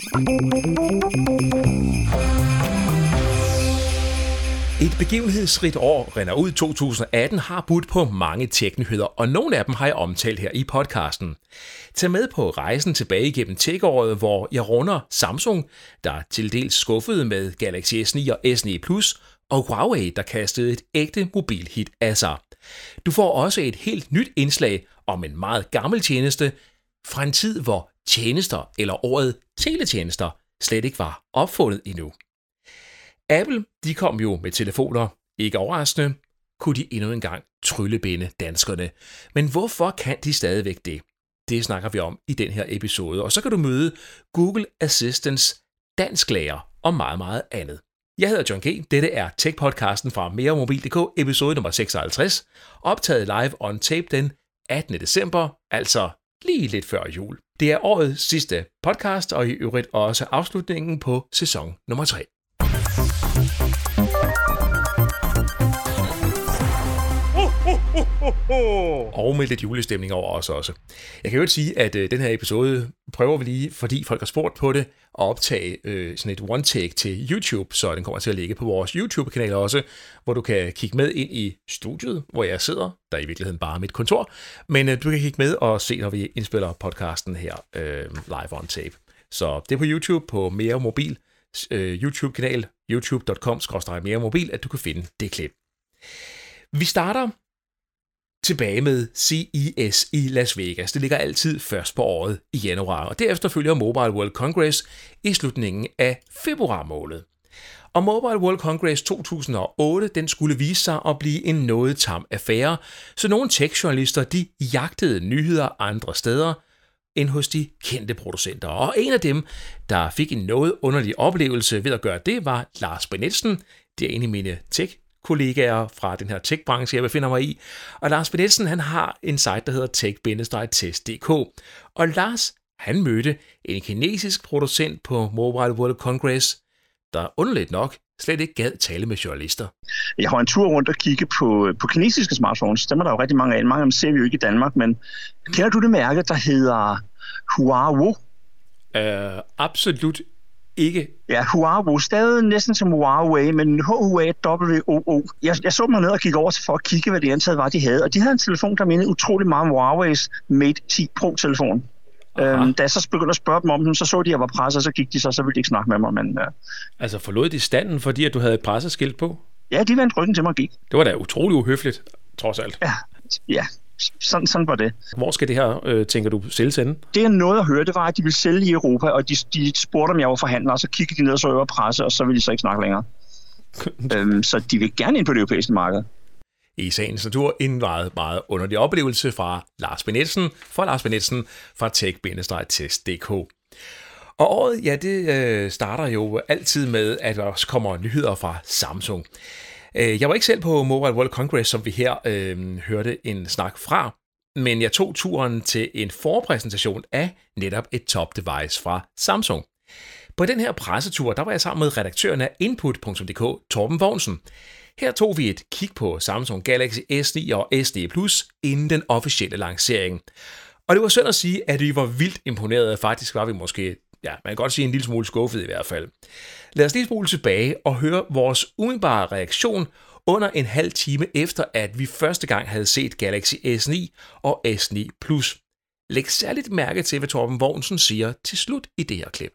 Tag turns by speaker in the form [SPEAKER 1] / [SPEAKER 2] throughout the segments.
[SPEAKER 1] Et begivenhedsrigt år render ud. 2018 har budt på mange tech-nyheder, og nogle af dem har jeg omtalt her i podcasten. Tag med på rejsen tilbage igennem tech-året, hvor jeg runder Samsung, der til dels skuffede med Galaxy S9 og S9 Plus, og Huawei, der kastede et ægte mobilhit af sig. Du får også et helt nyt indslag om en meget gammel tjeneste fra en tid, hvor tjenester eller ordet teletjenester slet ikke var opfundet endnu. Apple, de kom jo med telefoner. Ikke overraskende, kunne de endnu engang tryllebinde danskerne. Men hvorfor kan de stadigvæk det? Det snakker vi om i den her episode. Og så kan du møde Google Assistants dansklærer og meget, meget andet. Jeg hedder John G. Dette er Tech-podcasten fra meremobil.dk, episode nummer 56, optaget live on tape den 18. december, altså lige lidt før jul. Det er årets sidste podcast, og i øvrigt også afslutningen på sæson nummer 3. Og med lidt julestemning over os også. Jeg kan jo ikke sige, at den her episode prøver vi lige, fordi folk har spurgt på det, at optage sådan et one-take til YouTube, så den kommer til at ligge på vores YouTube-kanal også, hvor du kan kigge med ind i studiet, hvor jeg sidder, der er i virkeligheden bare mit kontor, men du kan kigge med og se, når vi indspiller podcasten her live on tape. Så det er på YouTube, på Mere Mobil, YouTube-kanal, youtube.com/meremobil, at du kan finde det klip. Vi starter tilbage med CES i Las Vegas. Det ligger altid først på året i januar, og derefter følger Mobile World Congress i slutningen af februar måned. Og Mobile World Congress 2008, den skulle vise sig at blive en noget tam affære, så nogle tech-journalister, de jagtede nyheder andre steder end hos de kendte producenter. Og en af dem, der fik en noget underlig oplevelse ved at gøre det, var Lars Benetsen. Det er en af mine tech-kollegaer fra den her tech-branche, jeg befinder mig i. Og Lars Benetsen, han har en site, der hedder tech-test.dk. Og Lars, han mødte en kinesisk producent på Mobile World Congress, der underligt nok slet ikke gad tale med journalister.
[SPEAKER 2] Jeg har en tur rundt og kigge på kinesiske smartphones. Dem er der jo rigtig mange af. Mange af dem ser vi jo ikke i Danmark, men kender du det mærke, der hedder Huawei?
[SPEAKER 1] Absolut ikke.
[SPEAKER 2] Ja, Huawei. Stadig næsten som Huawei, men Huawei. Jeg så mig ned og kiggede over for at kigge, hvad det antaget var, de havde. Og de havde en telefon, der mindede utrolig meget om Huawei's Mate 10 Pro-telefon. Da jeg så begyndte at spørge dem om dem, så de, at jeg var presset, og så gik de så ville de ikke snakke med mig. Men,
[SPEAKER 1] Altså forlod de standen, fordi at du havde et presseskilt på?
[SPEAKER 2] Ja, de vendte ryggen til mig og gik.
[SPEAKER 1] Det var da utrolig uhøfligt, trods alt.
[SPEAKER 2] Ja. Sådan var det.
[SPEAKER 1] Hvor skal det her, tænker du, sælge sende?
[SPEAKER 2] Det jeg nåede at høre, det var, at de ville sælge i Europa, og de spurgte, om jeg var forhandler, og så kiggede de ned og så øver presse, og så ville de så ikke snakke længere. Så de vil gerne ind på det europæiske marked.
[SPEAKER 1] I sagens natur en meget, meget underlig oplevelse fra Lars Benetsen fra tech-test.dk. Og året, ja, det starter jo altid med, at der også kommer nyheder fra Samsung. Jeg var ikke selv på Mobile World Congress, som vi her hørte en snak fra, men jeg tog turen til en forpræsentation af netop et top-device fra Samsung. På den her pressetur, der var jeg sammen med redaktøren af Input.dk, Torben Vognsen. Her tog vi et kig på Samsung Galaxy S9 og S9 Plus inden den officielle lancering. Og det var synd at sige, at vi var vildt imponerede. Faktisk var vi måske, ja, man kan godt sige en lille smule skuffet i hvert fald. Lad os lige spole tilbage og høre vores umiddelbare reaktion under en halv time efter, at vi første gang havde set Galaxy S9 og S9 Plus. Læg særligt mærke til, hvad Torben Vognsen siger til slut i det her klip.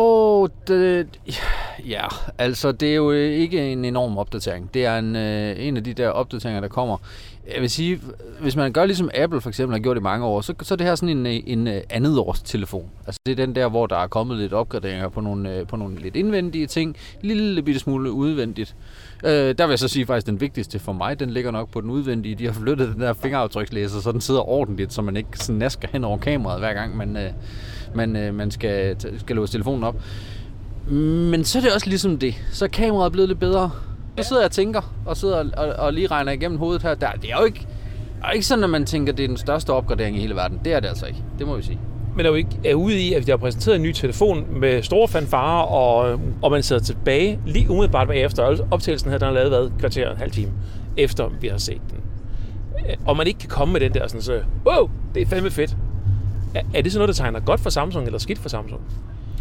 [SPEAKER 3] Ja, altså det er jo ikke en enorm opdatering. Det er en af de der opdateringer, der kommer. Jeg vil sige, hvis man gør ligesom Apple for eksempel har gjort i mange år, så er det her sådan en andet års telefon. Altså det er den der, hvor der er kommet lidt opgraderinger på nogle lidt indvendige ting, lille bitte smule udvendigt. Der vil jeg så sige faktisk, den vigtigste for mig, den ligger nok på den udvendige. De har flyttet den der fingeraftrykslæser, så den sidder ordentligt, så man ikke sådan nasker hen over kameraet hver gang man skal låse telefonen op. Men så er det også ligesom det. Så er kameraet blevet lidt bedre. Så sidder jeg og tænker, og sidder og lige regner igennem hovedet her. Det er jo ikke sådan, at man tænker, at det er den største opgradering i hele verden. Det er det altså ikke. Det må vi sige.
[SPEAKER 1] Men er jo ikke ude i, at de har præsenteret en ny telefon med store fanfarer, og man sidder tilbage lige umiddelbart bagefter. Optagelsen her, den har lavet kvarter, en halv time, efter vi har set den. Og man ikke kan komme med den der sådan så, wow, det er fandme fedt. Er det sådan noget, der tegner godt for Samsung, eller skidt for Samsung?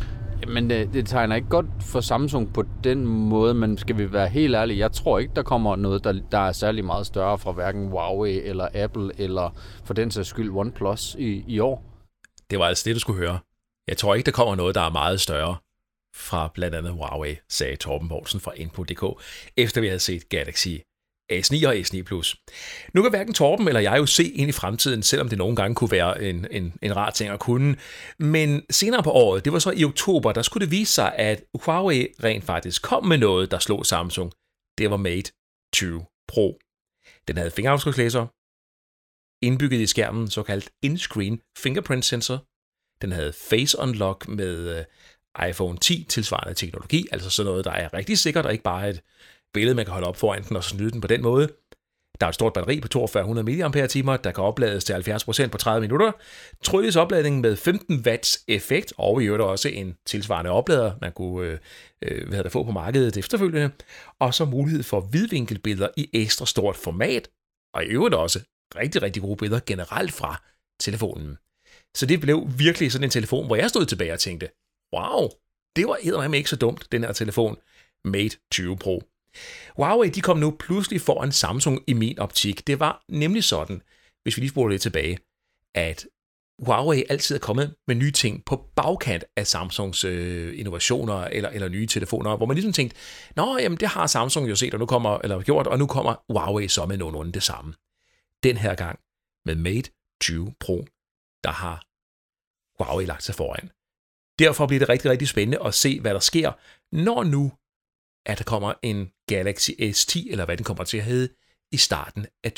[SPEAKER 3] Men det tegner ikke godt for Samsung på den måde, men skal vi være helt ærlige, jeg tror ikke, der kommer noget, der er særlig meget større fra hverken Huawei eller Apple, eller for den sags skyld OnePlus i år. Det
[SPEAKER 1] var altså det, du skulle høre. Jeg tror ikke, der kommer noget, der er meget større fra blandt andet Huawei, sagde Torben Poulsen fra Input.dk, efter vi havde set Galaxy S9 og S9 Plus. Nu kan hverken Torben eller jeg jo se ind i fremtiden, selvom det nogle gange kunne være en rar ting at kunne. Men senere på året, det var så i oktober, der skulle det vise sig, at Huawei rent faktisk kom med noget, der slog Samsung. Det var Mate 20 Pro. Den havde fingeraftrykslæser, indbygget i skærmen, såkaldt in-screen fingerprint sensor. Den havde Face Unlock med iPhone 10 tilsvarende teknologi, altså sådan noget, der er rigtig sikkert, og ikke bare et billede, man kan holde op foran den og så nyde den på den måde. Der er et stort batteri på 4200 mAh, der kan oplades til 70% på 30 minutter. Trådløs opladning med 15 watts effekt, og i øvrigt også en tilsvarende oplader, man kunne få på markedet efterfølgende. Og så mulighed for vidvinkelbilleder i ekstra stort format, og i øvrigt også rigtig, rigtig gode billeder generelt fra telefonen. Så det blev virkelig sådan en telefon, hvor jeg stod tilbage og tænkte, wow, det var eddermame ikke så dumt, den her telefon, Mate 20 Pro. Huawei, de kom nu pludselig foran Samsung i min optik. Det var nemlig sådan, hvis vi lige spoler lidt tilbage, at Huawei altid er kommet med nye ting på bagkant af Samsungs innovationer eller nye telefoner, hvor man ligesom tænkte, nå, jamen det har Samsung jo set, og nu kommer Huawei så med nogenlunde det samme. Den her gang med Mate 20 Pro, der har Huawei lagt sig foran. Derfor bliver det rigtig, rigtig spændende at se, hvad der sker, når nu at der kommer en Galaxy S10, eller hvad den kommer til at hedde, i starten af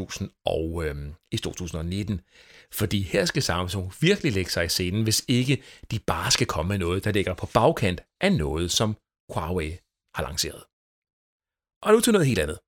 [SPEAKER 1] 2019. Fordi her skal Samsung virkelig lægge sig i scenen, hvis ikke de bare skal komme med noget, der ligger på bagkant af noget, som Huawei har lanceret. Og nu til noget helt andet.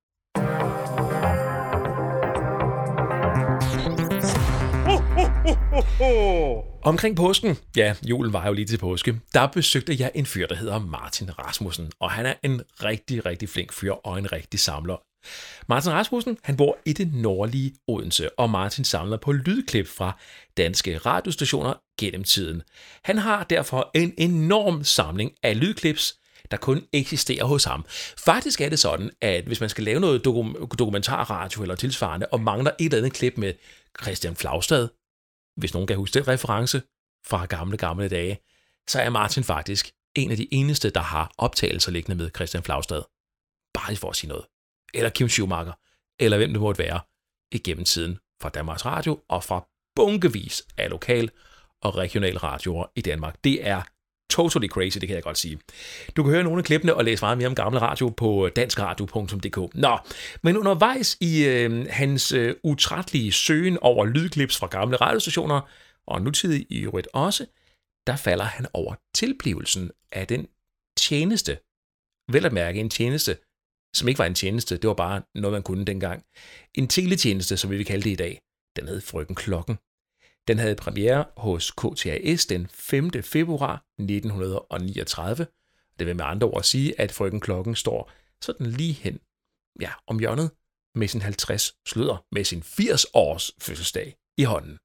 [SPEAKER 1] Omkring påsken, ja, julen var jo lige til påske, der besøgte jeg en fyr, der hedder Martin Rasmussen, og han er en rigtig, rigtig flink fyr og en rigtig samler. Martin Rasmussen, han bor i det nordlige Odense, og Martin samler på lydklip fra danske radiostationer gennem tiden. Han har derfor en enorm samling af lydklips, der kun eksisterer hos ham. Faktisk er det sådan, at hvis man skal lave noget dokumentarradio eller tilsvarende, og mangler et eller andet klip med Christian Flaustad, hvis nogen kan huske den reference fra gamle dage, så er Martin faktisk en af de eneste, der har optagelser liggende med Christian Flaustad. Bare for at sige noget. Eller Kim Schumacher, eller hvem det måtte være, igennem tiden fra Danmarks Radio og fra bunkevis af lokal- og regional radioer i Danmark. Det er totally crazy, det kan jeg godt sige. Du kan høre nogle af klippene og læse meget mere om gamle radio på danskradio.dk. Nå, men undervejs i hans utrættelige søgen over lydklips fra gamle radiostationer, og nutidig i øvrigt også, der falder han over tilblivelsen af den tjeneste. Vel at mærke en tjeneste, som ikke var en tjeneste, det var bare noget, man kunne dengang. En teletjeneste, som vi vil kalde det i dag. Den hed Frøken Klokken. Den havde premiere hos KTAS den 5. februar 1939. Det vil med andre ord sige, at Frøken Klokken står sådan lige hen om hjørnet med sin 50 sløder, med sin 80 års fødselsdag i hånden.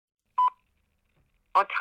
[SPEAKER 4] Og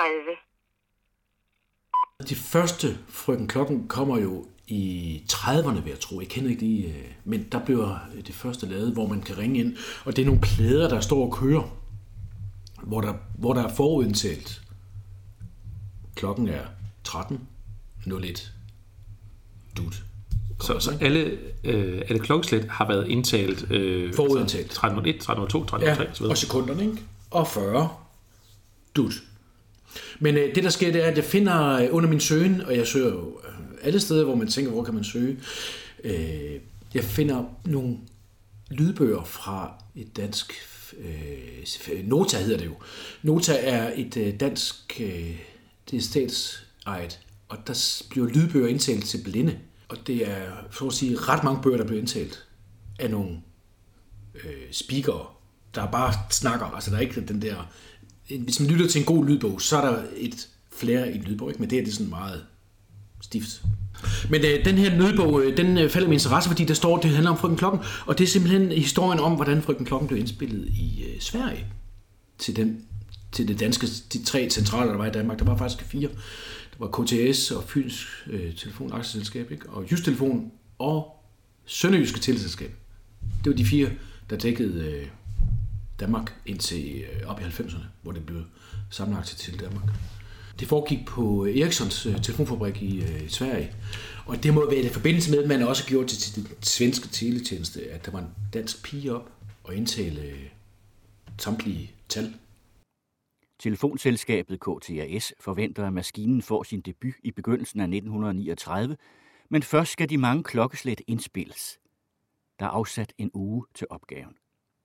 [SPEAKER 4] 30.
[SPEAKER 5] De første Frøken Klokken kommer jo i 30'erne, vil jeg tro. Jeg kender ikke de, men der bliver det første lavet, hvor man kan ringe ind, og det er nogle plader, der står og kører, hvor der er forudindtalt. Klokken er 13.01. Dut.
[SPEAKER 1] Så alle klokkeslæt har været indtalt
[SPEAKER 5] forudindtalt.
[SPEAKER 1] 13.01, 13.02, 13.03 osv.
[SPEAKER 5] Og sekunderne, ikke? Og 40. Dut. Men det der sker, det er, at jeg finder under min søgen, og jeg søger jo alle steder, hvor man tænker, hvor kan man søge. Jeg finder nogle lydbøger fra et dansk Nota hedder det jo. Nota er et dansk, det er statsejet, og der bliver lydbøger indtalt til blinde. Og det er, for at sige, ret mange bøger, der bliver indtalt af nogle speakere, der bare snakker. Altså der er ikke den der, hvis man lytter til en god lydbog, så er der et flere i en lydbog, ikke? Men det er sådan meget stift. Men den her lydbog, den falder med interesse, fordi der står, det handler om Frøken Klokken, og det er simpelthen historien om, hvordan Frøken Klokken blev indspillet i Sverige til det danske, de 3 centraler, der var i Danmark. Der var faktisk 4. Der var KTS og Fyns Telefonaktieselskab, ikke? Og Jysk Telefon og Sønderjyske Teleselskab. Det var de 4, der dækkede Danmark indtil op i 90'erne, hvor det blev samlet til Danmark. Det foregik på Ericssons telefonfabrik i Sverige, og det må være i forbindelse med, at man også gjorde det til den svenske teletjeneste, at der var en dansk pige op og indtale samtlige tal.
[SPEAKER 4] Telefonselskabet KTAS forventer, at maskinen får sin debut i begyndelsen af 1939, men først skal de mange klokkeslæt indspilles. Der er afsat en uge til opgaven.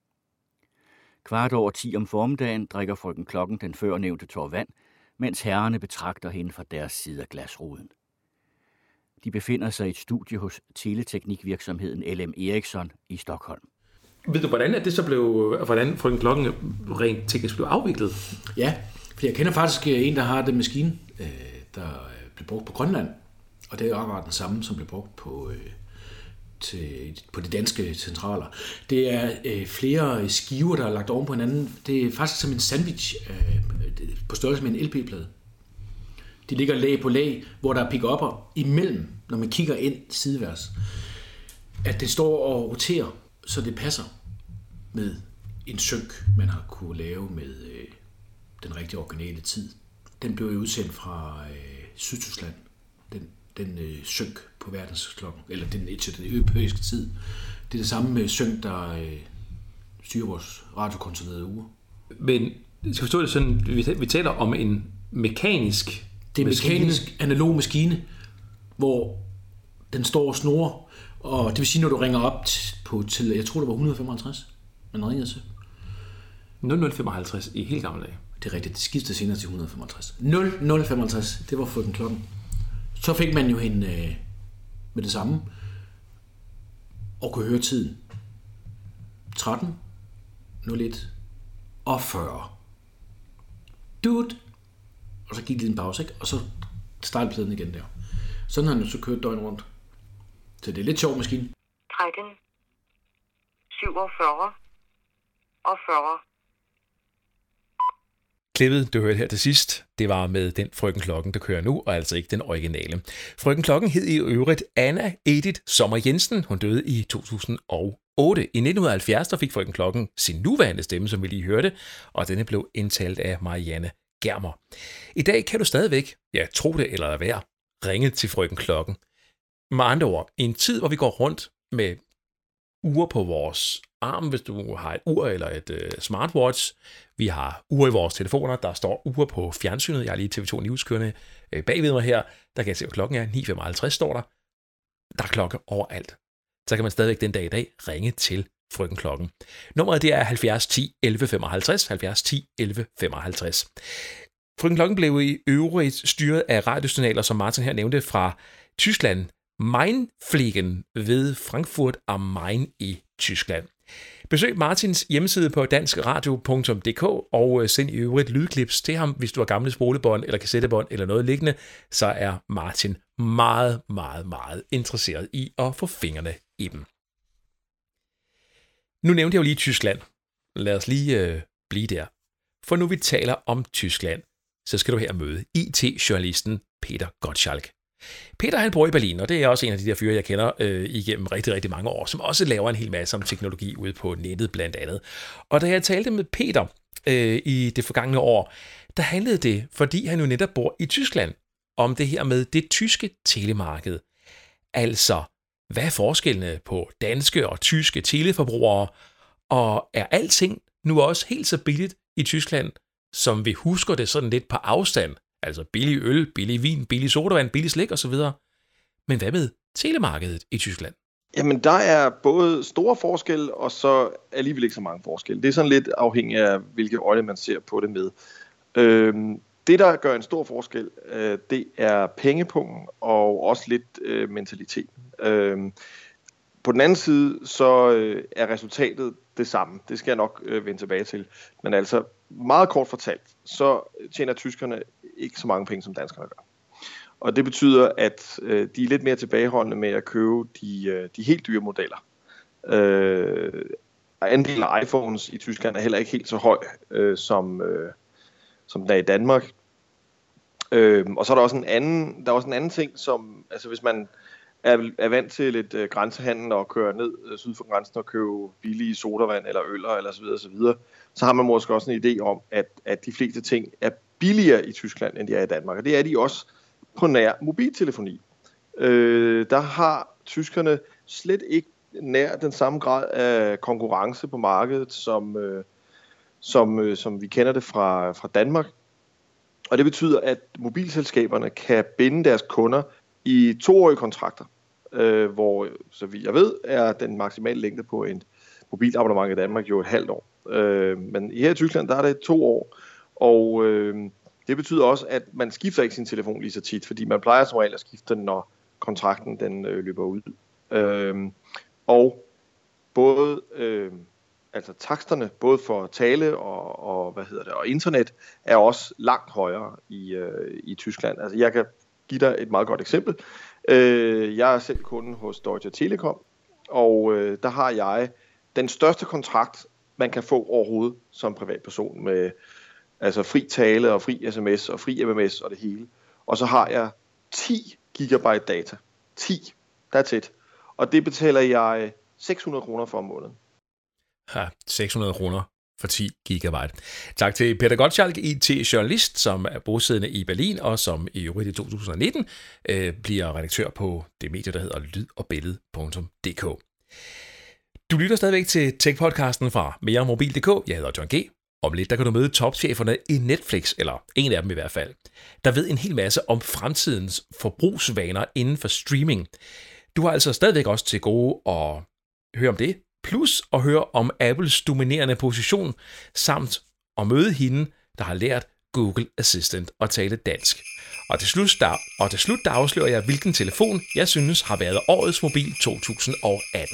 [SPEAKER 4] 9:15 om formiddagen drikker frøken Klokken den førnævnte tår vand, mens herrerne betragter hende fra deres side af glasruden. De befinder sig i et studie hos teleteknikvirksomheden LM Ericsson i Stockholm.
[SPEAKER 1] Ved du, hvordan frøken Klokken rent teknisk blev afviklet?
[SPEAKER 5] Ja, for jeg kender faktisk en, der har den maskine, der blev brugt på Grønland, og det er akkurat den samme, som blev brugt på de danske centraler. Det er flere skiver, der er lagt oven på hinanden. Det er faktisk som en sandwich på størrelse med en LP-plade. De ligger lag på lag, hvor der er pick-up'er imellem, når man kigger ind sideværs. At det står og roterer, så det passer med en synk, man har kunne lave med den rigtige originale tid. Den blev udsendt fra Sydtyskland, den synk på verdensklokken, eller den europæiske tid. Det er det samme synk, der styrer vores radiokontrollerede uger.
[SPEAKER 1] Men skal forstå det sådan, vi taler om en mekanisk...
[SPEAKER 5] Det er en mekanisk analog maskine, hvor den står og snurrer, og det vil sige, når du ringer op til jeg tror det var 155, man ringede til.
[SPEAKER 1] 0055 i helt gamle dage.
[SPEAKER 5] Det er rigtigt, det skiftede senere til 155. 0055, det var frøken Klokken. Så fik man jo hende med det samme, og kunne høre tiden. 13, 01 og 40. Dude. Og så gik det en pause, ikke? Og så startede pladen igen der. Sådan har han jo så kørt døgn rundt. Så det er lidt sjov maskine.
[SPEAKER 6] 13, 47 og 40.
[SPEAKER 1] Klippet, du hørte her til sidst, det var med den frøken Klokken, der kører nu, og altså ikke den originale. Frøken Klokken hed i øvrigt Anna Edith Sommer Jensen. Hun døde i 2008. I 1970 der fik frøken Klokken sin nuværende stemme, som vi lige hørte, og denne blev indtalt af Marianne Germer. I dag kan du stadigvæk, tro det eller lade være, ringe til frøken Klokken. Med andre ord, i en tid, hvor vi går rundt med ure på vores arm, hvis du har et ur eller et smartwatch. Vi har ure i vores telefoner, der står ure på fjernsynet. Jeg har lige TV2 News kørende bagved mig her. Der kan jeg se, hvad klokken er. 9:55 står der. Der er klokke overalt. Så kan man stadigvæk den dag i dag ringe til frøken Klokken. Nummeret det er 70 10 11 55, 70 10 11 55. Frøken Klokken blev i øvrigt styret af radiosignaler, som Martin her nævnte, fra Tyskland, Mainfliegen ved Frankfurt am Main i Tyskland. Besøg Martins hjemmeside på danskradio.dk og send i øvrigt lydklips til ham, hvis du har gamle spolebånd eller kassettebånd eller noget liggende, så er Martin meget, meget, meget interesseret i at få fingrene i dem. Nu nævnte jeg jo lige Tyskland. Lad os lige blive der. For nu vi taler om Tyskland, så skal du her møde IT-journalisten Peter Gottschalk. Peter han bor i Berlin, og det er også en af de der fyre, jeg kender igennem rigtig, rigtig mange år, som også laver en hel masse om teknologi ude på nettet blandt andet. Og da jeg talte med Peter i det forgangne år, der handlede det, fordi han jo netop bor i Tyskland, om det her med det tyske telemarked. Altså, hvad er forskellene på danske og tyske teleforbrugere, og er alting nu også helt så billigt i Tyskland, som vi husker det sådan lidt på afstand? Altså billig øl, billig vin, billig sodavand, billig slik osv. Men hvad med telemarkedet i Tyskland?
[SPEAKER 7] Jamen, der er både store forskelle, og så alligevel ikke så mange forskelle. Det er sådan lidt afhængigt af, hvilke øjne man ser på det med. Det, der gør en stor forskel, det er pengepungen og også lidt mentalitet. På den anden side, så er resultatet det samme. Det skal jeg nok vende tilbage til. Men altså, meget kort fortalt, så tjener tyskerne ikke så mange penge, som danskerne gør. Og det betyder, at de er lidt mere tilbageholdende med at købe de helt dyre modeller. Andelen af iPhones i Tyskland er heller ikke helt så høj, som den er i Danmark. Og så er der også en anden ting, som, altså hvis man er vant til lidt grænsehandel og kører ned syd for grænsen og køber billige sodavand eller øller eller så videre, så har man måske også en idé om, at de fleste ting er billigere i Tyskland, end de er i Danmark. Og det er de også på nær mobiltelefoni. Der har tyskerne slet ikke nær den samme grad af konkurrence på markedet, som vi kender det fra Danmark. Og det betyder, at mobilselskaberne kan binde deres kunder i 2-årige kontrakter, hvor, så vidt jeg ved, er den maksimale længde på en mobilabonnement i Danmark jo et halvt år. Men her i Tyskland, der er det 2 år, og det betyder også, at man skifter ikke sin telefon lige så tit, fordi man plejer som regel at skifte den, når kontrakten den løber ud. Og både altså taksterne, både for tale og internet, er også langt højere i Tyskland. Altså jeg kan give dig et meget godt eksempel. Jeg er selv kunde hos Deutsche Telekom, og der har jeg den største kontrakt, man kan få overhovedet som privatperson, med altså fri tale og fri sms og fri MMS og det hele. Og så har jeg 10 gigabyte data. 10. That's it. Og det betaler jeg 600 kroner for om måneden.
[SPEAKER 1] Ja, 600 kroner for 10 gigabyte. Tak til Peter Gottschalk, IT-journalist, som er bosiddende i Berlin, og som i øvrigt i 2019 bliver redaktør på det medie, der hedder lydogbiled.dk. Du lytter stadigvæk til Tech-podcasten fra meremobil.dk. Jeg hedder John G. Om lidt, der kan du møde topcheferne i Netflix, eller en af dem i hvert fald, der ved en hel masse om fremtidens forbrugsvaner inden for streaming. Du har altså stadigvæk også til gode at høre om det, plus at høre om Apples dominerende position, samt at møde hende, der har lært Google Assistant at tale dansk. Og til slut der afslører jeg, hvilken telefon jeg synes har været årets mobil 2018.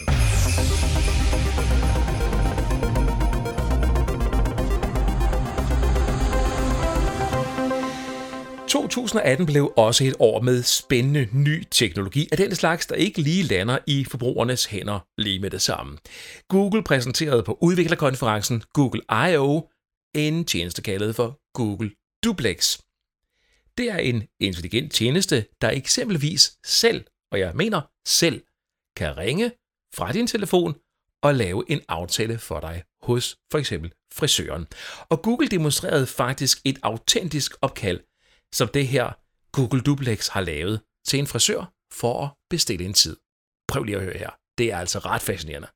[SPEAKER 1] 2018 blev også et år med spændende ny teknologi af den slags, der ikke lige lander i forbrugernes hænder lige med det samme. Google præsenterede på udviklerkonferencen Google I/O en tjeneste kaldet for Google Duplex. Det er en intelligent tjeneste, der eksempelvis selv, og jeg mener selv, kan ringe fra din telefon og lave en aftale for dig hos for eksempel frisøren. Og Google demonstrerede faktisk et autentisk opkald, som det her Google Duplex har lavet til en frisør for at bestille en tid. Prøv lige at høre her. Det er altså ret fascinerende.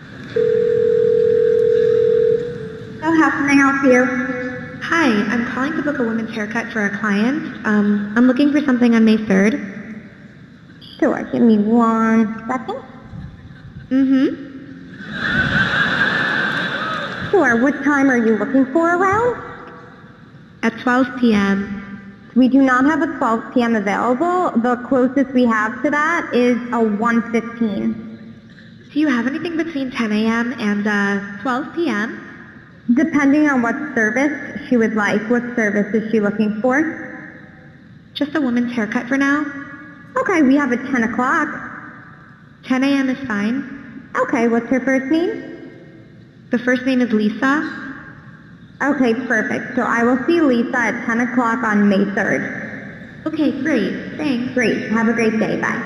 [SPEAKER 8] So how can I help you? Hi, I'm calling to book a women's haircut for a client. I'm looking for something on May 3rd. Sure, give me 1 second. Sure, what time are you looking for around? At 12 p.m. We do not have a 12 p.m. available. The closest we have to that is a 1:15. Do you have anything between 10 a.m. and 12 p.m.? Depending on what service she would like. What service is she looking for? Just a woman's haircut for now. Okay, we have a 10 o'clock. 10 a.m. is fine. Okay, what's her first name? The first name is Lisa. Okay, perfect. So I will see Lisa at 10 o'clock on May 3rd. Okay, great. Thanks. Great. Have a great day. Bye.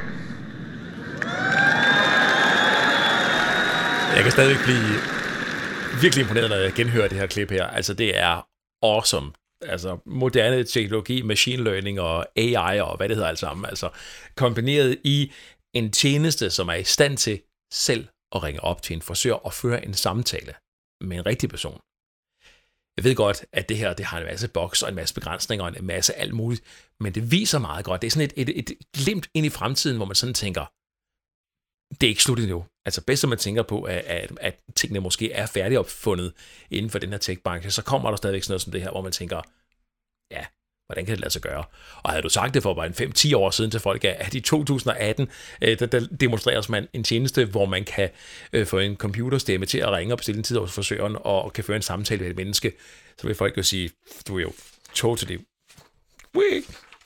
[SPEAKER 1] Jeg kan stadigvæk blive virkelig imponeret, når jeg genhører det her klip her. Altså, det er awesome. Altså, moderne teknologi, machine learning og AI og hvad det hedder alt sammen. Altså, kombineret i en tjeneste, som er i stand til selv at ringe op til en frisør og føre en samtale med en rigtig person. Jeg ved godt, at det her det har en masse boks og en masse begrænsninger og en masse alt muligt, men det viser meget godt. Det er sådan et glimt ind i fremtiden, hvor man sådan tænker, det er ikke slut endnu. Altså bedst at man tænker på, at tingene måske er færdigopfundet inden for den her tech-branche, så kommer der stadigvæk sådan noget som det her, hvor man tænker, ja, hvordan kan det lade sig gøre? Og havde du sagt det for bare 5-10 år siden til folk, at i 2018, der demonstreres man en tjeneste, hvor man kan få en computerstemme til at ringe og bestille en tid hos frisøren, og kan føre en samtale med et menneske, så vil folk jo sige, du er jo totally weak.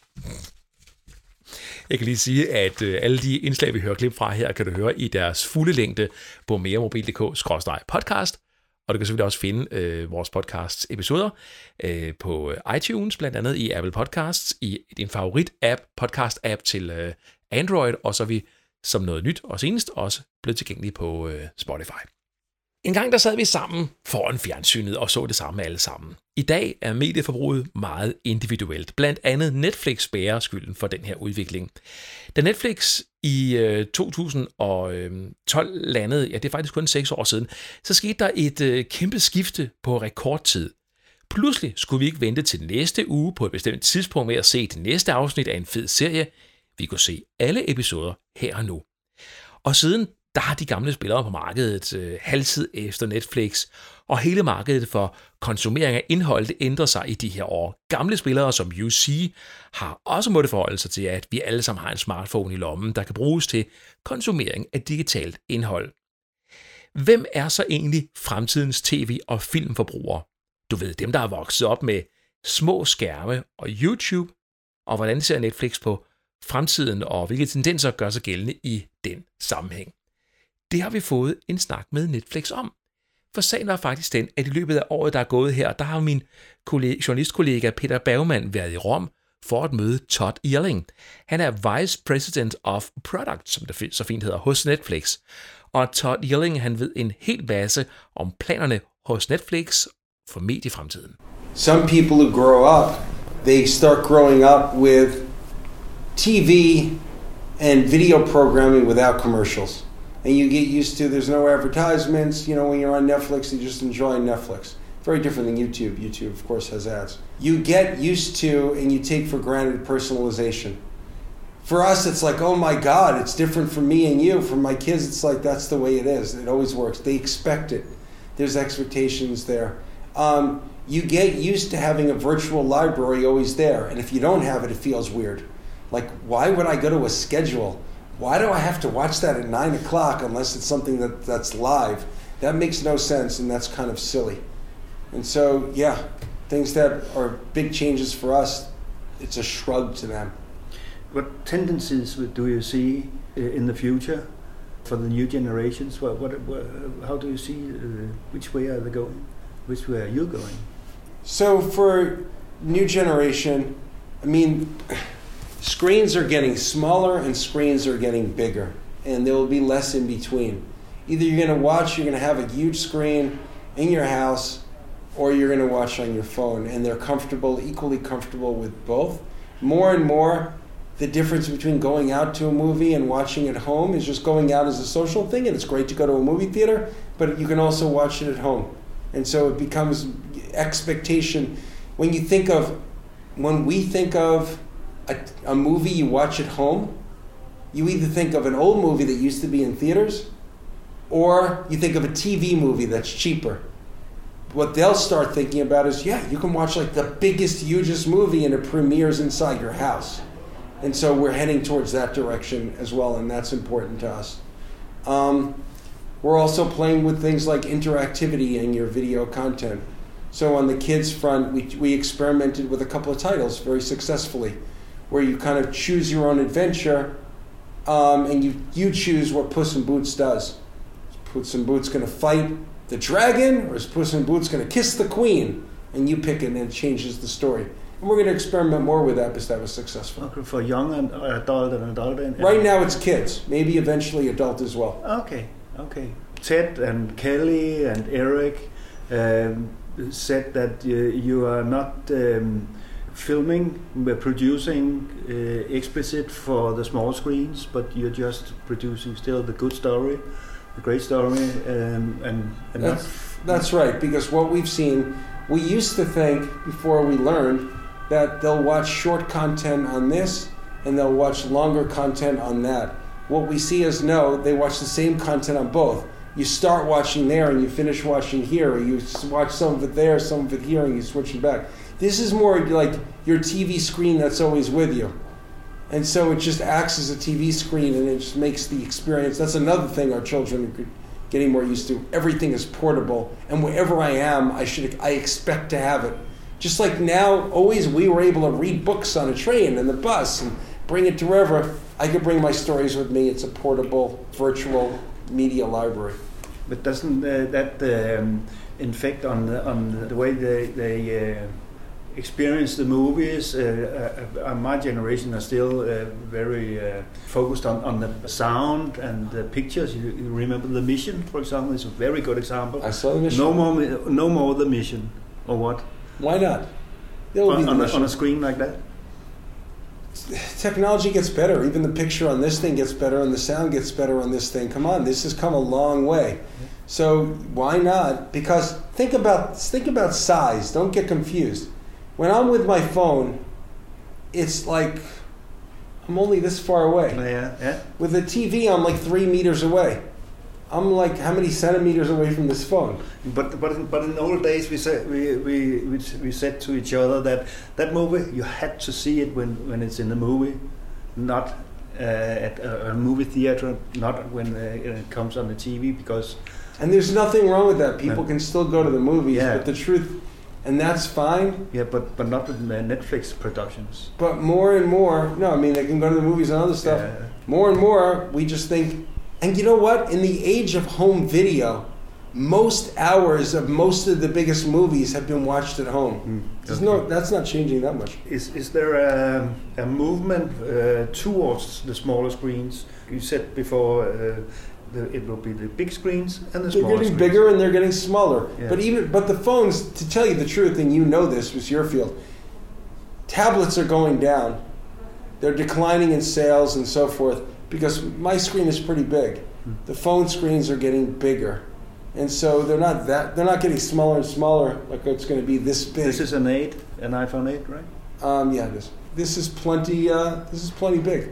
[SPEAKER 1] Jeg kan lige sige, at alle de indslag, vi hører klip fra her, kan du høre i deres fulde længde på meremobil.dk/podcast. og du kan selvfølgelig også finde vores podcasts episoder på iTunes, blandt andet i Apple Podcasts, i din favorit-app, podcast-app til Android, og så er vi som noget nyt og senest også blevet tilgængelige på Spotify. En gang der sad vi sammen foran fjernsynet og så det samme alle sammen. I dag er medieforbruget meget individuelt. Blandt andet Netflix bærer skylden for den her udvikling. Da Netflix i 2012 landede, ja det er faktisk kun 6 år siden, så skete der et kæmpe skifte på rekordtid. Pludselig skulle vi ikke vente til næste uge på et bestemt tidspunkt med at se det næste afsnit af en fed serie. Vi kunne se alle episoder her og nu. Og siden der har de gamle spillere på markedet halvtid efter Netflix, og hele markedet for konsumering af indhold det ændrer sig i de her år. Gamle spillere som UC har også måttet forholde sig til, at vi alle sammen har en smartphone i lommen, der kan bruges til konsumering af digitalt indhold. Hvem er så egentlig fremtidens tv- og filmforbrugere? Du ved, dem der er vokset op med små skærme og YouTube, og hvordan ser Netflix på fremtiden, og hvilke tendenser gør sig gældende i den sammenhæng. Det har vi fået en snak med Netflix om. For sagen var faktisk den, at i løbet af året, der er gået her, der har min journalistkollega Peter Bergman været i Rom for at møde Todd Yerling. Han er Vice President of Product, som det så fint hedder, hos Netflix. Og Todd Yerling, han ved en hel masse om planerne hos Netflix for mediefremtiden.
[SPEAKER 9] Some people who grow up, they start growing up with TV and video programming without commercials. And you get used to, there's no advertisements, you know, when you're on Netflix, you just enjoy Netflix. Very different than YouTube. YouTube, of course, has ads. You get used to and you take for granted personalization. For us, it's like, oh my God, it's different from me and you. For my kids, it's like, that's the way it is. It always works. They expect it. There's expectations there. You get used to having a virtual library always there. And if you don't have it, it feels weird. Like, why would I go to a schedule? Why do I have to watch that at 9 o'clock unless it's something that's live? That makes no sense, and that's kind of silly. And so, yeah, things that are big changes for us, it's a shrug to them.
[SPEAKER 10] What tendencies do you see in the future for the new generations? How do you see, which way are they going? Which way are you going?
[SPEAKER 9] So for new generation, I mean, screens are getting smaller and screens are getting bigger, and there will be less in between. Either you're going to have a huge screen in your house, or you're going to watch on your phone, and they're equally comfortable with both. More and more, the difference between going out to a movie and watching at home is just going out as a social thing, and it's great to go to a movie theater, but you can also watch it at home. And so it becomes expectation. When we think of a movie you watch at home, you either think of an old movie that used to be in theaters, or you think of a TV movie that's cheaper. What they'll start thinking about is, yeah, you can watch like the biggest, hugest movie and it premieres inside your house. And so we're heading towards that direction as well, and that's important to us. We're also playing with things like interactivity in your video content. So on the kids front, we experimented with a couple of titles very successfully, where you kind of choose your own adventure, and you choose what Puss in Boots does. Is Puss in Boots going to fight the dragon, or is Puss in Boots going to kiss the queen? And you pick it, and it changes the story. And we're going to experiment more with that because that was successful.
[SPEAKER 10] Okay, for young and adult and adult?
[SPEAKER 9] Right now it's kids, maybe eventually adult as well.
[SPEAKER 10] Okay. Ted and Kelly and Eric said that you are not filming, producing explicit for the small screens, but you're just producing still the good story, the great story, and
[SPEAKER 9] that's right. Because what we've seen, we used to think before we learned that they'll watch short content on this and they'll watch longer content on that. What we see is no, they watch the same content on both. You start watching there and you finish watching here, or you watch some of it there, some of it here, and you switch it back. This is more like your TV screen that's always with you. And so it just acts as a TV screen, and it just makes the experience. That's another thing our children are getting more used to. Everything is portable, and wherever I am, I expect to have it. Just like now, always we were able to read books on a train and the bus and bring it to wherever. I could bring my stories with me. It's a portable, virtual media library.
[SPEAKER 10] But doesn't that effect on the way they experience the movies. My generation are still very focused on the sound and the pictures. You remember The Mission, for example, is a very good example.
[SPEAKER 9] I saw The Mission.
[SPEAKER 10] No more The Mission, or what?
[SPEAKER 9] Why not?
[SPEAKER 10] On a screen like that?
[SPEAKER 9] Technology gets better. Even the picture on this thing gets better, and the sound gets better on this thing. Come on, this has come a long way. So why not? Because think about size. Don't get confused. When I'm with my phone, it's like I'm only this far away.
[SPEAKER 10] Yeah.
[SPEAKER 9] With the TV, I'm like 3 meters away. I'm like how many centimeters away from this phone?
[SPEAKER 10] But in the old days, we said to each other that movie you had to see it when it's in the movie, not at a movie theater, not when it comes on the TV, because.
[SPEAKER 9] And there's nothing wrong with that. People can still go to the movies, but the truth. And that's fine.
[SPEAKER 10] Yeah, but not with Netflix productions.
[SPEAKER 9] But more and more, no, I mean, they can go to the movies and other stuff. Yeah. More and more, we just think, and you know what? In the age of home video, most hours of most of the biggest movies have been watched at home. That's not changing that much.
[SPEAKER 10] Is there a movement towards the smaller screens? You said before it will be the big screens and the smaller screens.
[SPEAKER 9] They're getting bigger and they're getting smaller. Yeah. But the phones, to tell you the truth, and you know this was your field, tablets are going down. They're declining in sales and so forth because my screen is pretty big. The phone screens are getting bigger. And so they're not getting smaller and smaller like it's going to be this big.
[SPEAKER 10] This is an iPhone 8, right?
[SPEAKER 9] Yeah, this is plenty big.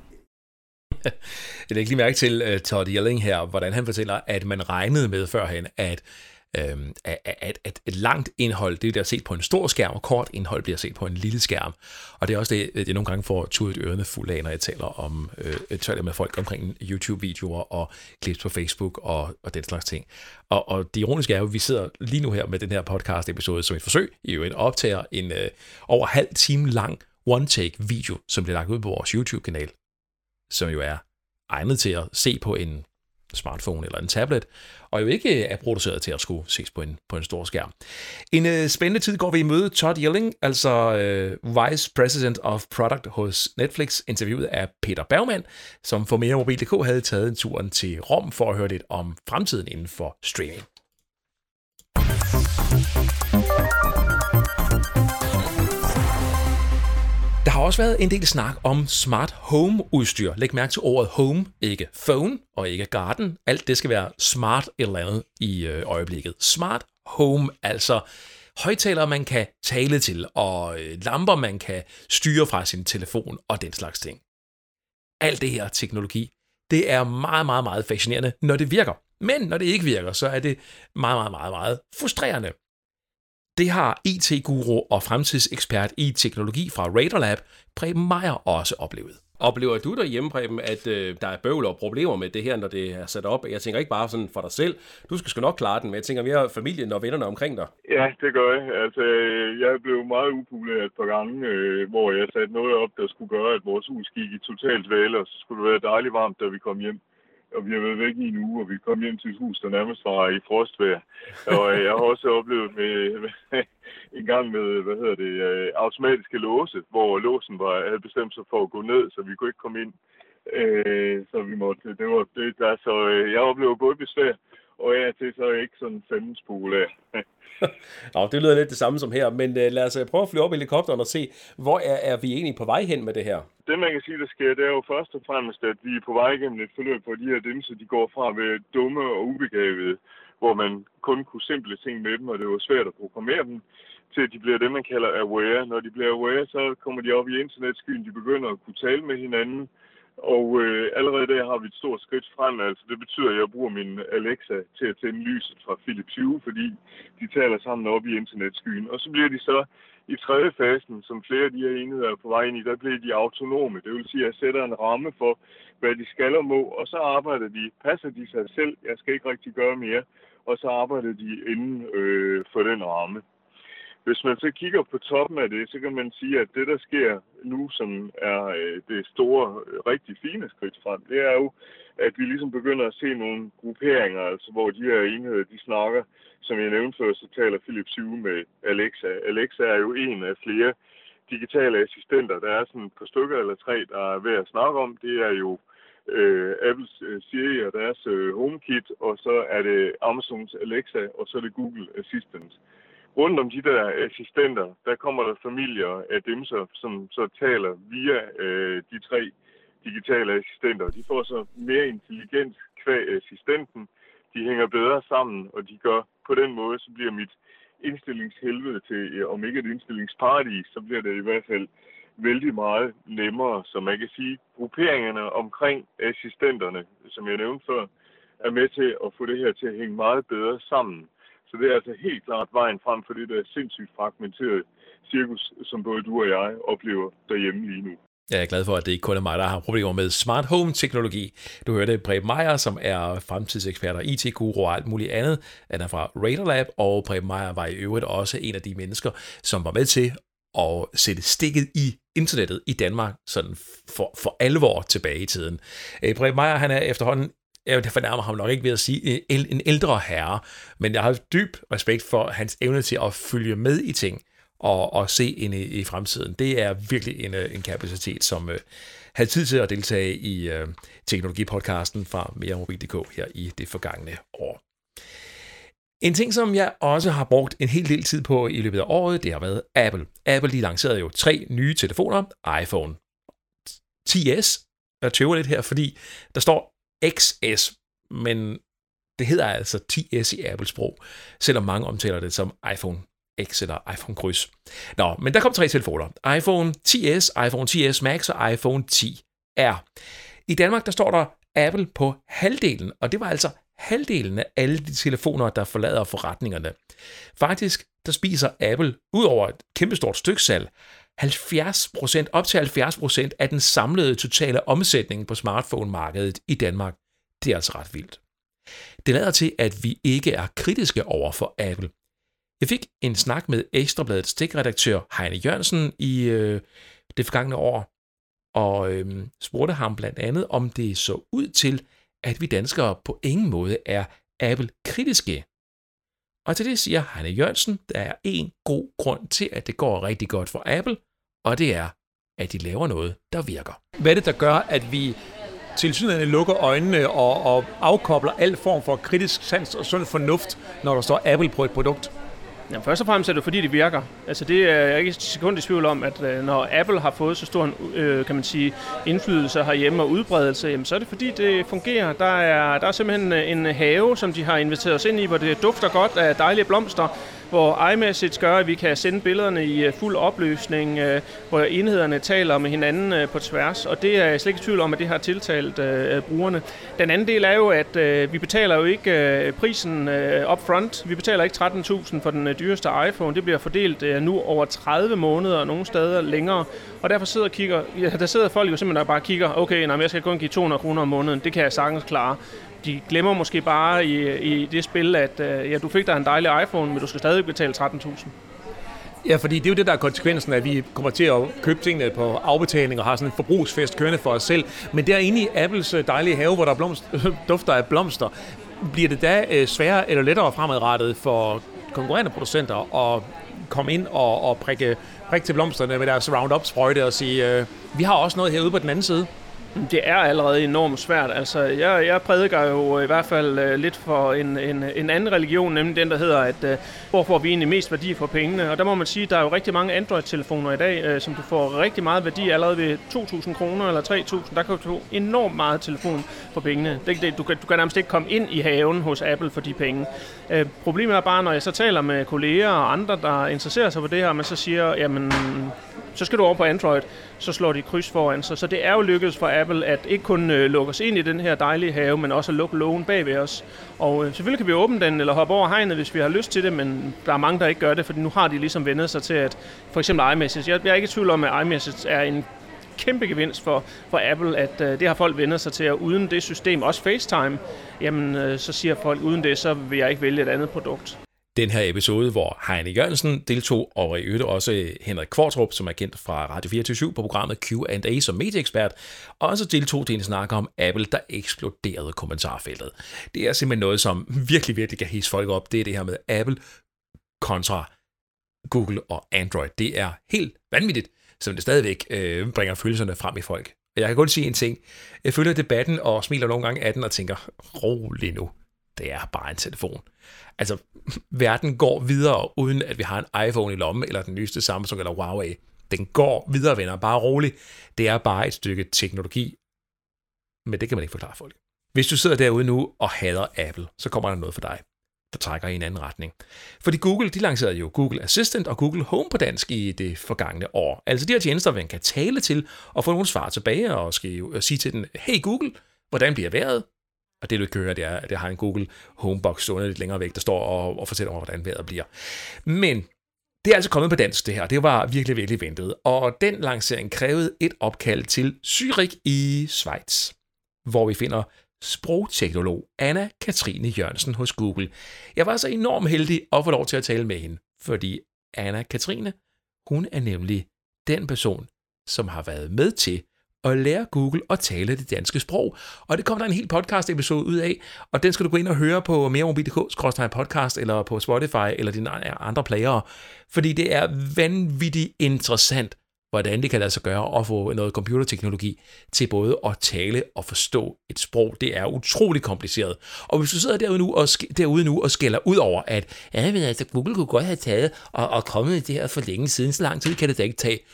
[SPEAKER 1] Jeg lægger lige mærke til Todd Yelling her, hvordan han fortæller, at man regnede med førhen, at et langt indhold, det er set på en stor skærm, og kort indhold bliver set på en lille skærm. Og det er også det, jeg nogle gange får tudet ørerne fuld af, når jeg taler med folk omkring YouTube-videoer og klips på Facebook og den slags ting. Og det ironiske er jo, at vi sidder lige nu her med den her podcast-episode som et forsøg, i øvrigt optager en over halv time lang one-take-video, som bliver lagt ud på vores YouTube-kanal, som jo er egnet til at se på en smartphone eller en tablet, og jo ikke er produceret til at skulle ses på en stor skærm. En spændende tid går vi i møde. Todd Yelling, altså Vice President of Product hos Netflix, interviewet af Peter Bergman, som for meremobil.dk havde taget en turen til Rom for at høre lidt om fremtiden inden for streaming. Der har også været en del snak om smart home-udstyr. Læg mærke til ordet home, ikke phone og ikke garden. Alt det skal være smart eller andet i øjeblikket. Smart home, altså højttalere, man kan tale til, og lamper, man kan styre fra sin telefon og den slags ting. Alt det her teknologi, det er meget, meget, meget fascinerende, når det virker. Men når det ikke virker, så er det meget, meget, meget, meget frustrerende. Det har IT-guru og fremtidsekspert i teknologi fra Radarlab, Preben Meyer, også oplevet.
[SPEAKER 11] Oplever du derhjemme, Preben, at der er bøvl og problemer med det her, når det er sat op? Jeg tænker ikke bare sådan for dig selv. Du skal sgu nok klare den, men jeg tænker mere familien og vennerne omkring dig.
[SPEAKER 12] Ja, det gør jeg. Altså, jeg blev meget upopulær et par gange, hvor jeg satte noget op, der skulle gøre, at vores hus gik i totalt dvale, og så skulle det være dejligt varmt, da vi kom hjem. Og vi har været væk i en uge, og vi kom hjem til et hus, der nærmest var i frostvejr. Og jeg har også oplevet en gang med, automatiske låse, hvor låsen havde bestemt sig for at gå ned, så vi kunne ikke komme ind. Så vi måtte, så jeg oplever både besvær, og jeg er til så ikke sådan fandens populær.
[SPEAKER 11] Nå, det lyder lidt det samme som her, men lad os prøve at flyve op i helikopteren og se, hvor er vi egentlig på vej hen med det her?
[SPEAKER 12] Det man kan sige, der sker, det er jo først og fremmest, at vi er på vej igennem et forløb, hvor de her dimser, de går fra at være dumme og ubegavede, hvor man kun kunne simple ting med dem, og det var svært at programmere dem, til at de bliver det, man kalder aware. Når de bliver aware, så kommer de op i internetskyen, de begynder at kunne tale med hinanden, og allerede der har vi et stort skridt frem. Altså, det betyder, at jeg bruger min Alexa til at tænde lyset fra Philips Hue, fordi de taler sammen op i internetskyen. Og så bliver de så i tredje fasen, som flere af de her enheder er på vej ind i, der bliver de autonome. Det vil sige, at jeg sætter en ramme for, hvad de skal og må, og så passer de sig selv. Jeg skal ikke rigtig gøre mere, og så arbejder de inden for den ramme. Hvis man så kigger på toppen af det, så kan man sige, at det, der sker nu, som er det store, rigtig fine skridt frem, det er jo, at vi ligesom begynder at se nogle grupperinger, altså hvor de her enheder, de snakker. Som jeg nævnte før, så taler Philips Hue med Alexa. Alexa er jo en af flere digitale assistenter. Der er sådan et par stykker eller 3, der er ved at snakke om. Det er jo Apples Siri og deres HomeKit, og så er det Amazons Alexa, og så er det Google Assistant. Rundt om de der assistenter, der kommer der familier af dem, som så taler via de 3 digitale assistenter. De får så mere intelligens qua assistenten. De hænger bedre sammen, og de gør på den måde, så bliver mit indstillingshelvede til, om ikke et indstillingsparadis, så bliver det i hvert fald vældig meget nemmere. Så man kan sige, grupperingerne omkring assistenterne, som jeg nævnte før, er med til at få det her til at hænge meget bedre sammen. Så det er altså helt klart vejen frem for det der sindssygt fragmenterede cirkus, som både du og jeg oplever derhjemme lige nu.
[SPEAKER 1] Jeg er glad for, at det ikke kun er mig, der har problemer med smart home-teknologi. Du hørte Preben Meyer, som er fremtidsekspert og IT-guru og alt muligt andet. Han er fra Radar Lab, og Preben Meyer var i øvrigt også en af de mennesker, som var med til at sætte stikket i internettet i Danmark sådan for alvor tilbage i tiden. Preben Meyer, han er efterhånden, jeg fornærmer ham nok ikke ved at sige, en ældre herre, men jeg har dyb respekt for hans evne til at følge med i ting og se ind i fremtiden. Det er virkelig en kapacitet, som havde tid til at deltage i teknologipodcasten fra meremobil.dk her i det forgangne år. En ting, som jeg også har brugt en hel del tid på i løbet af året, det har været Apple. Apple, de lancerede jo 3 nye telefoner. iPhone XS. Jeg tøver lidt her, fordi der står XS, men det hedder altså XS i Apple-sprog, selvom mange omtaler det som iPhone X eller iPhone Kryds. Nå, men der kom 3 telefoner. iPhone XS, iPhone XS Max og iPhone XR. I Danmark, der står der Apple på halvdelen, og det var altså halvdelen af alle de telefoner, der forlader forretningerne. Faktisk, der spiser Apple, ud over et kæmpestort styksalg, 70%, op til 70% af den samlede totale omsætning på smartphone-markedet i Danmark. Det er altså ret vildt. Det lader til, at vi ikke er kritiske over for Apple. Jeg fik en snak med Ekstrabladets stikredaktør Heine Jørgensen i det forgangne år, og spurgte ham blandt andet, om det så ud til, at vi danskere på ingen måde er Apple-kritiske. Og til det siger Heine Jørgensen, der er en god grund til, at det går rigtig godt for Apple, og det er, at de laver noget, der virker.
[SPEAKER 13] Hvad er det, der gør, at vi tilsyneladende lukker øjnene og afkobler al form for kritisk sans og sund fornuft, når der står Apple på et produkt?
[SPEAKER 14] Jamen, først og fremmest er det, fordi det virker. Altså, det er jeg ikke et sekund i tvivl om, at når Apple har fået så stor kan man sige, indflydelse herhjemme og udbredelse, jamen, så er det fordi, det fungerer. Der er simpelthen en have, som de har inviteret os ind i, hvor det dufter godt af dejlige blomster, hvor iMessage gør, at vi kan sende billederne i fuld opløsning, hvor enhederne taler med hinanden på tværs, og det er jeg slet ikke i tvivl om, at det har tiltalt brugerne. Den anden del er jo, at vi betaler jo ikke prisen upfront. Vi betaler ikke 13.000 for den dyreste iPhone. Det bliver fordelt nu over 30 måneder og nogle steder længere, og derfor sidder folk jo simpelthen bare og kigger, okay, jeg skal kun give 200 kroner om måneden, det kan jeg sagtens klare. De glemmer måske bare i det spil, at du fik dig en dejlig iPhone, men du skal stadig betale 13.000.
[SPEAKER 13] Ja, fordi det er jo det, der er konsekvensen, at vi kommer til at købe tingene på afbetaling og har sådan en forbrugsfest kørende for os selv. Men derinde i Apples dejlige have, hvor der dufter af blomster, bliver det da sværere eller lettere fremadrettet for konkurrerende producenter at komme ind og prikke til blomsterne med deres Roundup-sprøjte og sige, vi har også noget herude på den anden side?
[SPEAKER 14] Det er allerede enormt svært. Altså, jeg prædiker jo i hvert fald lidt for en anden religion, nemlig den, der hedder, at hvor får vi egentlig mest værdi for pengene. Og der må man sige, at der er jo rigtig mange Android-telefoner i dag, som du får rigtig meget værdi allerede ved 2.000 kroner eller 3.000. Der kan du få enormt meget telefon for pengene. Du kan nærmest ikke komme ind i haven hos Apple for de penge. Problemet er bare, når jeg så taler med kolleger og andre, der interesserer sig for det her, man så siger, jamen, så skal du over på Android, så slår de kryds foran sig. Så det er jo lykkedes for Apple at ikke kun lukke os ind i den her dejlige have, men også at lukke lågen bag ved os. Og selvfølgelig kan vi åbne den eller hoppe over hegnet, hvis vi har lyst til det, men der er mange, der ikke gør det, for nu har de ligesom vendet sig til, at for eksempel iMessage. Jeg er ikke i tvivl om, at iMessage er en kæmpe gevinst for Apple, at det har folk vendt sig til, og uden det system, også FaceTime, jamen så siger folk, uden det, så vil jeg ikke vælge et andet produkt.
[SPEAKER 1] den her episode, hvor Heine Jørgensen deltog, og i øvrigt også Henrik Kvartrup, som er kendt fra Radio 24/7 på programmet Q&A som medieekspert, og også deltog til en snak om Apple, der eksploderede kommentarfeltet. Det er simpelthen noget, som virkelig kan hisse folk op. Det er det her med Apple kontra Google og Android. Det er helt vanvittigt, som det stadigvæk bringer følelserne frem i folk. Jeg kan kun sige en ting. Jeg følger debatten og smiler nogle gange af den og tænker, rolig nu. Det er bare en telefon. Altså, verden går videre, uden at vi har en iPhone i lommen, eller den nyeste Samsung eller Huawei. Den går videre, venner. Bare rolig. Det er bare et stykke teknologi. Men det kan man ikke forklare folk. Hvis du sidder derude nu og hader Apple, så kommer der noget for dig, der trækker i en anden retning. Fordi Google, de lancerede jo Google Assistant og Google Home på dansk i det forgangne år. Altså de her tjenester, man kan tale til og få nogle svar tilbage og sige til den, hey Google, hvordan bliver vejret? Og det du ikke hører, det er, at jeg har en Google Homebox stående lidt længere væk, der står og fortæller mig, hvordan vejret bliver. Men det er altså kommet på dansk, det her. Det var virkelig ventet. Og den lancering krævede et opkald til Zürich i Schweiz, hvor vi finder sprogteknolog Anna-Katrine Jørgensen hos Google. Jeg var så enormt heldig at få lov til at tale med hende, fordi Anna-Katrine, hun er nemlig den person, som har været med til at lære Google at tale det danske sprog. Og det kommer der en hel podcast-episode ud af, og den skal du gå ind og høre på meremobil.dk/podcast eller på Spotify eller dine andre playere, fordi det er vanvittigt interessant, hvordan det kan lade sig gøre at få noget computerteknologi til både at tale og forstå et sprog. Det er utrolig kompliceret. Og hvis du sidder derude nu og skælder ud over, at altså, Google kunne godt have taget og kommet det her for længe siden, så lang tid kan det da ikke tage.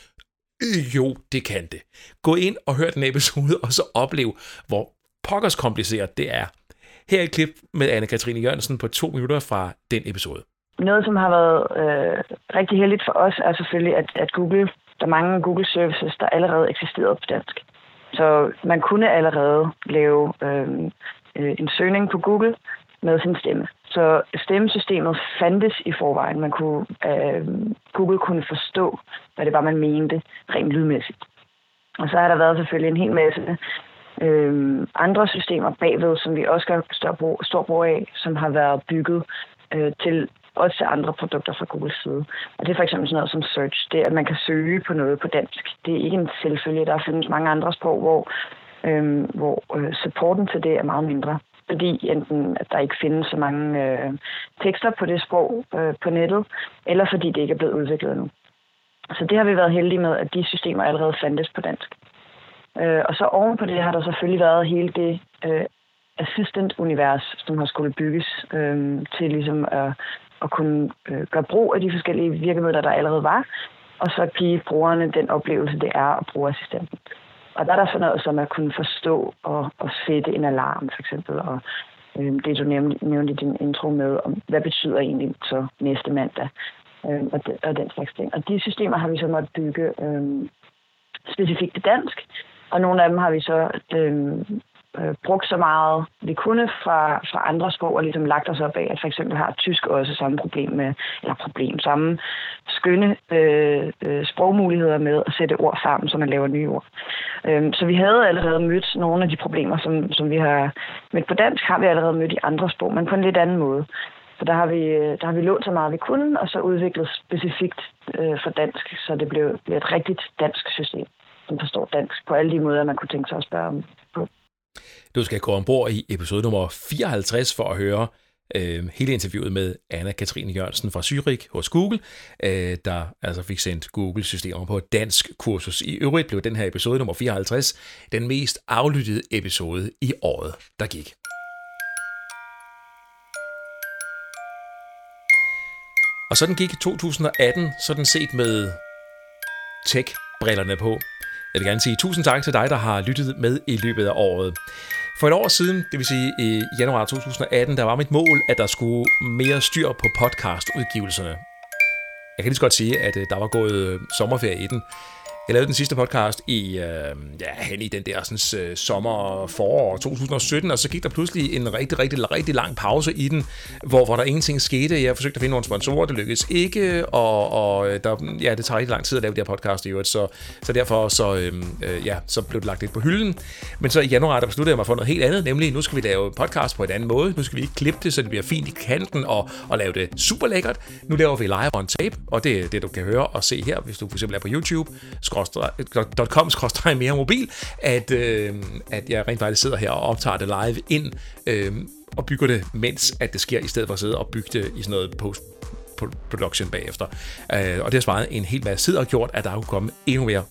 [SPEAKER 1] Jo, det kan det. Gå ind og hør den episode, og så oplev, hvor pokkers kompliceret det er. Her er et klip med Anna-Katrine Jørgensen på 2 minutter fra den episode.
[SPEAKER 15] Noget, som har været rigtig heldigt for os, er selvfølgelig, at Google, der er mange Google Services, der allerede eksisterede på dansk. Så man kunne allerede lave en søgning på Google med sin stemme. Så stemmesystemet fandtes i forvejen. Google kunne forstå, hvad det var, man mente rent lydmæssigt. Og så har der været selvfølgelig en hel masse andre systemer bagved, som vi også gør stor brug af, som har været bygget også til andre produkter fra Googles side. Og det er for eksempel sådan noget som search. Det er, at man kan søge på noget på dansk. Det er ikke en selvfølge. Der findes mange andre sprog, hvor supporten til det er meget mindre. Fordi enten at der ikke findes så mange tekster på det sprog på nettet, eller fordi det ikke er blevet udviklet endnu. Så det har vi været heldige med, at de systemer allerede fandtes på dansk. Og så oven på det har der selvfølgelig været hele det assistant-univers, som har skulle bygges til ligesom at kunne gøre brug af de forskellige virkemidler, der allerede var, og så give brugerne den oplevelse, det er at bruge assistenten. Og der er der sådan noget, som at kunne forstå og sætte en alarm, for eksempel, og det du nævnte i din intro med, om hvad betyder egentlig så næste mandag, og den slags ting. Og de systemer har vi så måttet bygge specifikt til dansk, og nogle af dem har vi så brugt så meget vi kunne fra andre sprog, og ligesom lagt os op af, at for eksempel har tysk også samme samme skønne sprogmuligheder med at sætte ord sammen, så man laver nye ord. Så vi havde allerede mødt nogle af de problemer, som vi har mødt på dansk, har vi allerede mødt i andre sprog, men på en lidt anden måde. Så der har vi lånt så meget vi kunne, og så udviklet specifikt for dansk, så det blev et rigtigt dansk system, som forstår dansk på alle de måder, man kunne tænke sig at spørge om på.
[SPEAKER 1] Du skal gå ombord i episode nummer 54 for at høre hele interviewet med Anna-Katrine Jørgensen fra Zürich hos Google, der altså fik sendt Google-systemer på dansk kursus. I øvrigt blev den her episode nummer 54 den mest aflyttede episode i året, der gik. Og sådan gik 2018, sådan set med tech-brillerne på. Jeg vil gerne sige tusind tak til dig, der har lyttet med i løbet af året. For et år siden, det vil sige i januar 2018, der var mit mål, at der skulle mere styr på podcastudgivelserne. Jeg kan lige så godt sige, at der var gået sommerferie i den. Jeg lavede den sidste podcast hen i den der sådan, sommer-forår 2017, og så gik der pludselig en rigtig lang pause i den, hvor der ingenting skete. Jeg forsøgte at finde nogle sponsorer, det lykkedes ikke, og det tager rigtig lang tid at lave det her podcast i øvrigt, så derfor så blev det lagt lidt på hylden. Men så i januar, der besluttede jeg mig for noget helt andet, nemlig nu skal vi lave podcast på en anden måde. Nu skal vi ikke klippe det, så det bliver fint i kanten og lave det super lækkert. Nu laver vi live on tape, og det er det, du kan høre og se her, hvis du for eksempel er på youtube.com/meremobil, at jeg rent faktisk sidder her og optager det live ind og bygger det, mens at det sker, i stedet for at sidde og bygge det i sådan noget post-production bagefter. Og det har svaret en hel masse tid og gjort, at der kunne komme endnu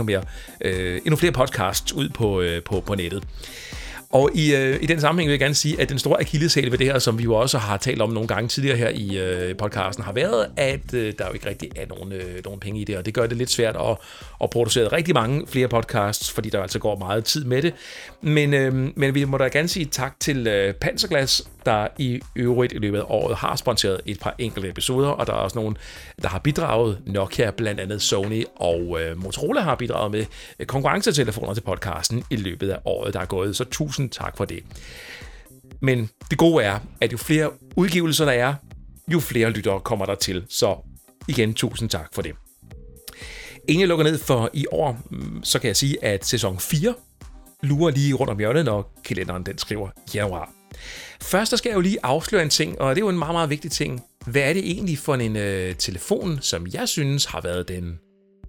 [SPEAKER 1] flere podcasts ud på nettet. Og i den sammenhæng vil jeg gerne sige, at den store akilleshæl ved det her, som vi jo også har talt om nogle gange tidligere her i podcasten, har været, at der jo ikke rigtig er nogen penge i det, og det gør det lidt svært at producere rigtig mange flere podcasts, fordi der altså går meget tid med det. Men vi må da gerne sige tak til Panserglas, der i øvrigt i løbet af året har sponsoreret et par enkelte episoder, og der er også nogen, der har bidraget. Nokia, blandt andet Sony og Motorola har bidraget med konkurrencetelefoner til podcasten i løbet af året, der er gået. Så tusind tak for det. Men det gode er, at jo flere udgivelser der er, jo flere lyttere kommer der til. Så igen, tusind tak for det. Inden jeg lukker ned for i år, så kan jeg sige, at sæson 4 lurer lige rundt om hjørnet, når kalenderen den skriver januar. Først skal jeg jo lige afsløre en ting, og det er jo en meget, meget vigtig ting. Hvad er det egentlig for en telefon, som jeg synes har været den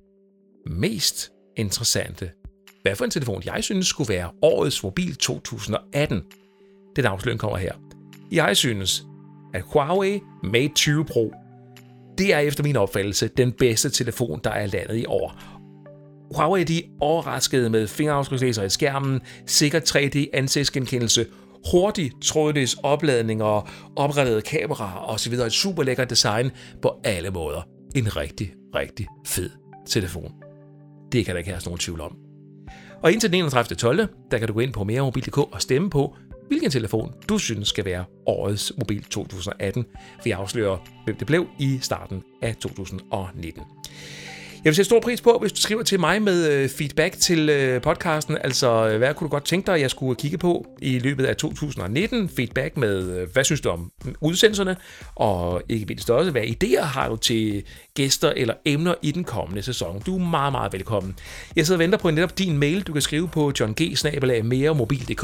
[SPEAKER 1] mest interessante? Hvad for en telefon, jeg synes skulle være årets mobil 2018? Den afsløring kommer her. Jeg synes, at Huawei Mate 20 Pro, det er efter min opfattelse den bedste telefon, der er landet i år. Huawei de overraskede med fingeraftrykslæser i skærmen, sikker 3D ansigtsgenkendelse, hurtig trådløs opladning og opgraderet kamera osv. Et super lækkert design på alle måder. En rigtig, rigtig fed telefon. Det kan der ikke have nogen tvivl om. Og indtil den 31.12., der kan du gå ind på meremobil.dk og stemme på, hvilken telefon du synes skal være årets mobil 2018. Vi afslører, hvem det blev i starten af 2019. Jeg vil sætte stor pris på, hvis du skriver til mig med feedback til podcasten. Altså, hvad kunne du godt tænke dig, jeg skulle kigge på i løbet af 2019? Feedback med, hvad synes du om udsendelserne? Og ikke mindst også, hvad idéer har du til gæster eller emner i den kommende sæson? Du er meget, meget velkommen. Jeg sidder og venter på netop din mail. Du kan skrive på johng@meremobil.dk.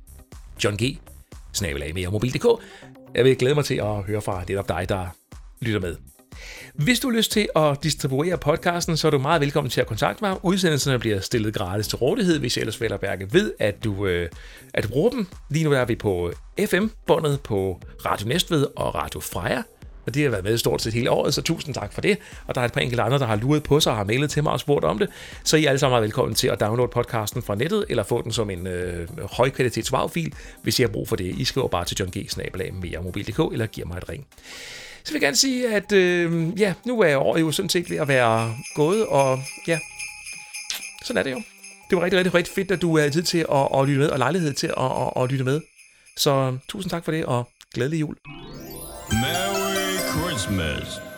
[SPEAKER 1] johng@meremobil.dk. Jeg vil glæde mig til at høre fra netop dig, der lytter med. Hvis du har lyst til at distribuere podcasten, så er du meget velkommen til at kontakte mig. Udsendelserne bliver stillet gratis til rådighed, hvis jeg ellers vel og mærke ved, at du bruger dem. Lige nu er vi på FM-båndet på Radio Næstved og Radio Freja, og det har været med stort set hele året, så tusind tak for det. Og der er et par enkelte andre, der har luret på sig og har mailet til mig og spurgt om det. Så I er alle sammen meget velkommen til at downloade podcasten fra nettet, eller få den som en højkvalitets WAV-fil, hvis I har brug for det. I skriver bare til johng@meremobil.dk eller giver mig et ring. Så vil jeg gerne sige, at nu er året jo sådan set ved at være gået, og ja, sådan er det jo. Det var rigtig, rigtig, rigtig fedt, at du havde tid til at lytte med, og lejlighed til at lytte med. Så tusind tak for det, og glædelig jul.
[SPEAKER 16] Merry Christmas.